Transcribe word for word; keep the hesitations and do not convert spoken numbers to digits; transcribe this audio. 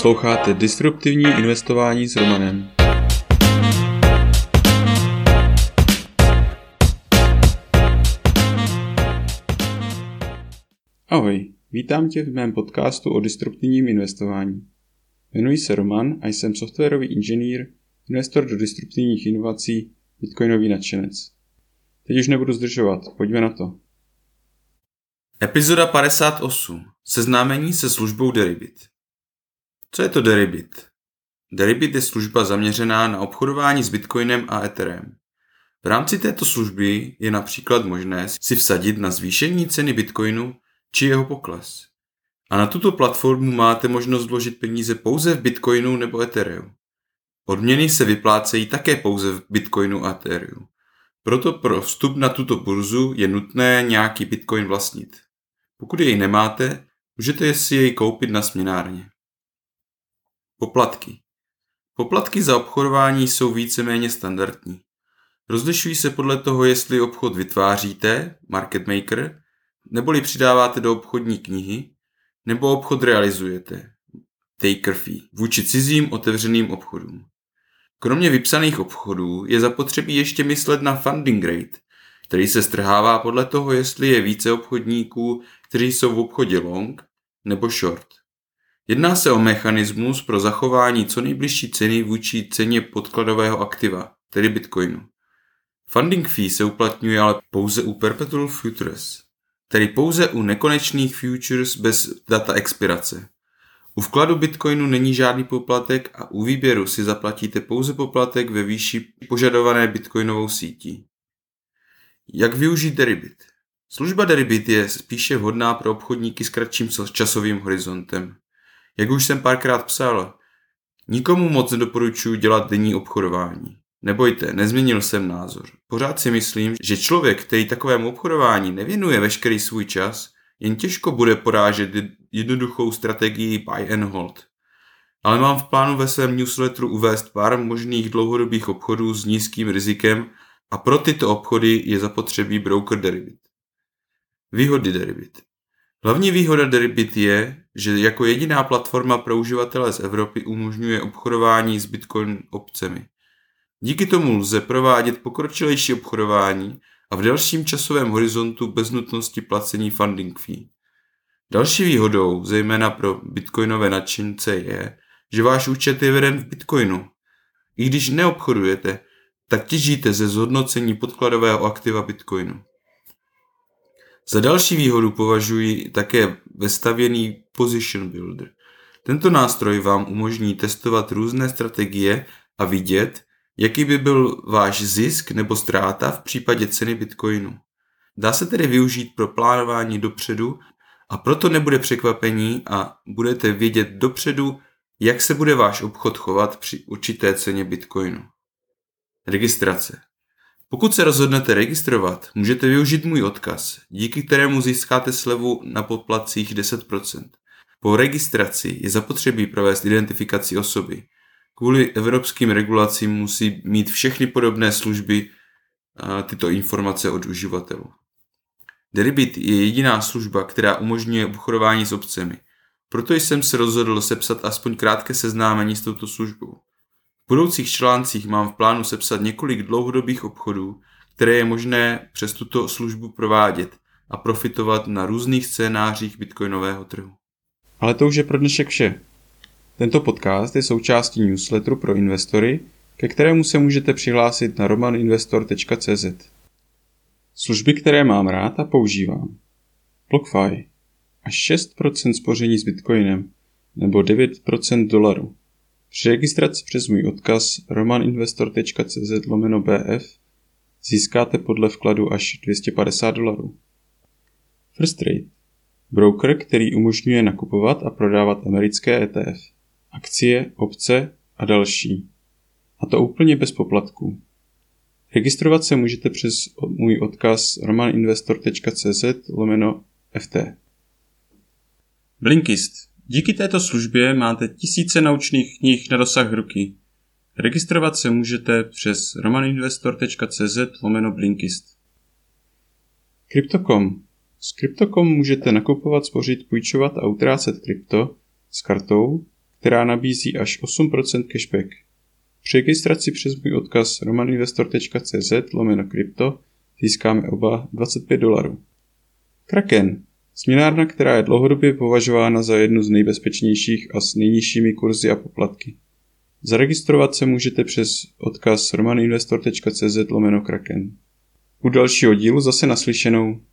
Posloucháte Disruptivní investování s Romanem. Ahoj, vítám tě v mém podcastu o disruptivním investování. Jmenuji se Roman a jsem softwarový inženýr, investor do disruptivních inovací, bitcoinový nadšenec. Teď už nebudu zdržovat, pojďme na to. Epizoda padesát osm. Seznámení se službou Deribit. Co je to Deribit? Deribit je služba zaměřená na obchodování s Bitcoinem a Etherem. V rámci této služby je například možné si vsadit na zvýšení ceny Bitcoinu či jeho pokles. A na tuto platformu máte možnost vložit peníze pouze v Bitcoinu nebo Ethereu. Odměny se vyplácejí také pouze v Bitcoinu a Ethereu. Proto pro vstup na tuto burzu je nutné nějaký Bitcoin vlastnit. Pokud jej nemáte, můžete si jej koupit na směnárně. Poplatky. Poplatky za obchodování jsou víceméně standardní. Rozlišují se podle toho, jestli obchod vytváříte, market maker, neboli přidáváte do obchodní knihy, nebo obchod realizujete, taker fee, vůči cizím otevřeným obchodům. Kromě vypsaných obchodů je zapotřebí ještě myslet na funding rate, který se strhává podle toho, jestli je více obchodníků, kteří jsou v obchodě long nebo short. Jedná se o mechanismus pro zachování co nejbližší ceny vůči ceně podkladového aktiva, tedy Bitcoinu. Funding fee se uplatňuje ale pouze u perpetual futures, tedy pouze u nekonečných futures bez data expirace. U vkladu Bitcoinu není žádný poplatek a u výběru si zaplatíte pouze poplatek ve výši požadované bitcoinovou sítí. Jak využít Deribit? Služba Deribit je spíše vhodná pro obchodníky s kratším časovým horizontem. Jak už jsem párkrát psal, nikomu moc nedoporučuji dělat denní obchodování. Nebojte, nezměnil jsem názor. Pořád si myslím, že člověk, který takovému obchodování nevěnuje veškerý svůj čas, jen těžko bude porážet jednoduchou strategii buy and hold. Ale mám v plánu ve svém newsletteru uvést pár možných dlouhodobých obchodů s nízkým rizikem a pro tyto obchody je zapotřebí broker Deribit. Výhody Deribit. Hlavní výhoda Deribit je, že jako jediná platforma pro uživatele z Evropy umožňuje obchodování s Bitcoin opcemi. Díky tomu lze provádět pokročilejší obchodování a v delším časovém horizontu bez nutnosti placení funding fee. Další výhodou, zejména pro bitcoinové nadšence, je, že váš účet je veden v Bitcoinu. I když neobchodujete, tak těžíte ze zhodnocení podkladového aktiva Bitcoinu. Za další výhodu považuji také vestavěný Position Builder. Tento nástroj vám umožní testovat různé strategie a vidět, jaký by byl váš zisk nebo ztráta v případě ceny Bitcoinu. Dá se tedy využít pro plánování dopředu a proto nebude překvapení a budete vědět dopředu, jak se bude váš obchod chovat při určité ceně Bitcoinu. Registrace. Pokud se rozhodnete registrovat, můžete využít můj odkaz, díky kterému získáte slevu na poplatcích deset procent. Po registraci je zapotřebí provést identifikaci osoby. Kvůli evropským regulacím musí mít všechny podobné služby tyto informace od uživatelů. Deribit je jediná služba, která umožňuje obchodování s opcemi. Proto jsem se rozhodl sepsat aspoň krátké seznámení s touto službou. V budoucích článcích mám v plánu sepsat několik dlouhodobých obchodů, které je možné přes tuto službu provádět a profitovat na různých scénářích bitcoinového trhu. Ale to už je pro dnešek vše. Tento podcast je součástí newsletteru pro investory, ke kterému se můžete přihlásit na roman investor tečka cé zet. Služby, které mám rád a používám. BlockFi. Až šest procent spoření s Bitcoinem nebo devět procent dolaru. Při registraci přes můj odkaz roman investor tečka cé zet lomeno bé ef získáte podle vkladu až dvě stě padesát dolarů. First Trade. Broker, který umožňuje nakupovat a prodávat americké é té ef, akcie, opce a další. A to úplně bez poplatků. Registrovat se můžete přes můj odkaz roman investor tečka cé zet lomeno ef té. Blinkist. Díky této službě máte tisíce naučných knih na dosah ruky. Registrovat se můžete přes roman investor tečka cé zet lomeno Blinkist. Crypto tečka com. S Crypto tečka com můžete nakupovat, spořit, půjčovat a utrácet krypto s kartou, která nabízí až osm procent cashback. Při registraci přes můj odkaz romaninvestor.cz lomeno krypto získáme oba dvacet pět dolarů. Kraken, směnárna, která je dlouhodobě považována za jednu z nejbezpečnějších a s nejnižšími kurzy a poplatky. Zaregistrovat se můžete přes odkaz romaninvestor.cz lomeno kraken. U dalšího dílu zase naslyšenou.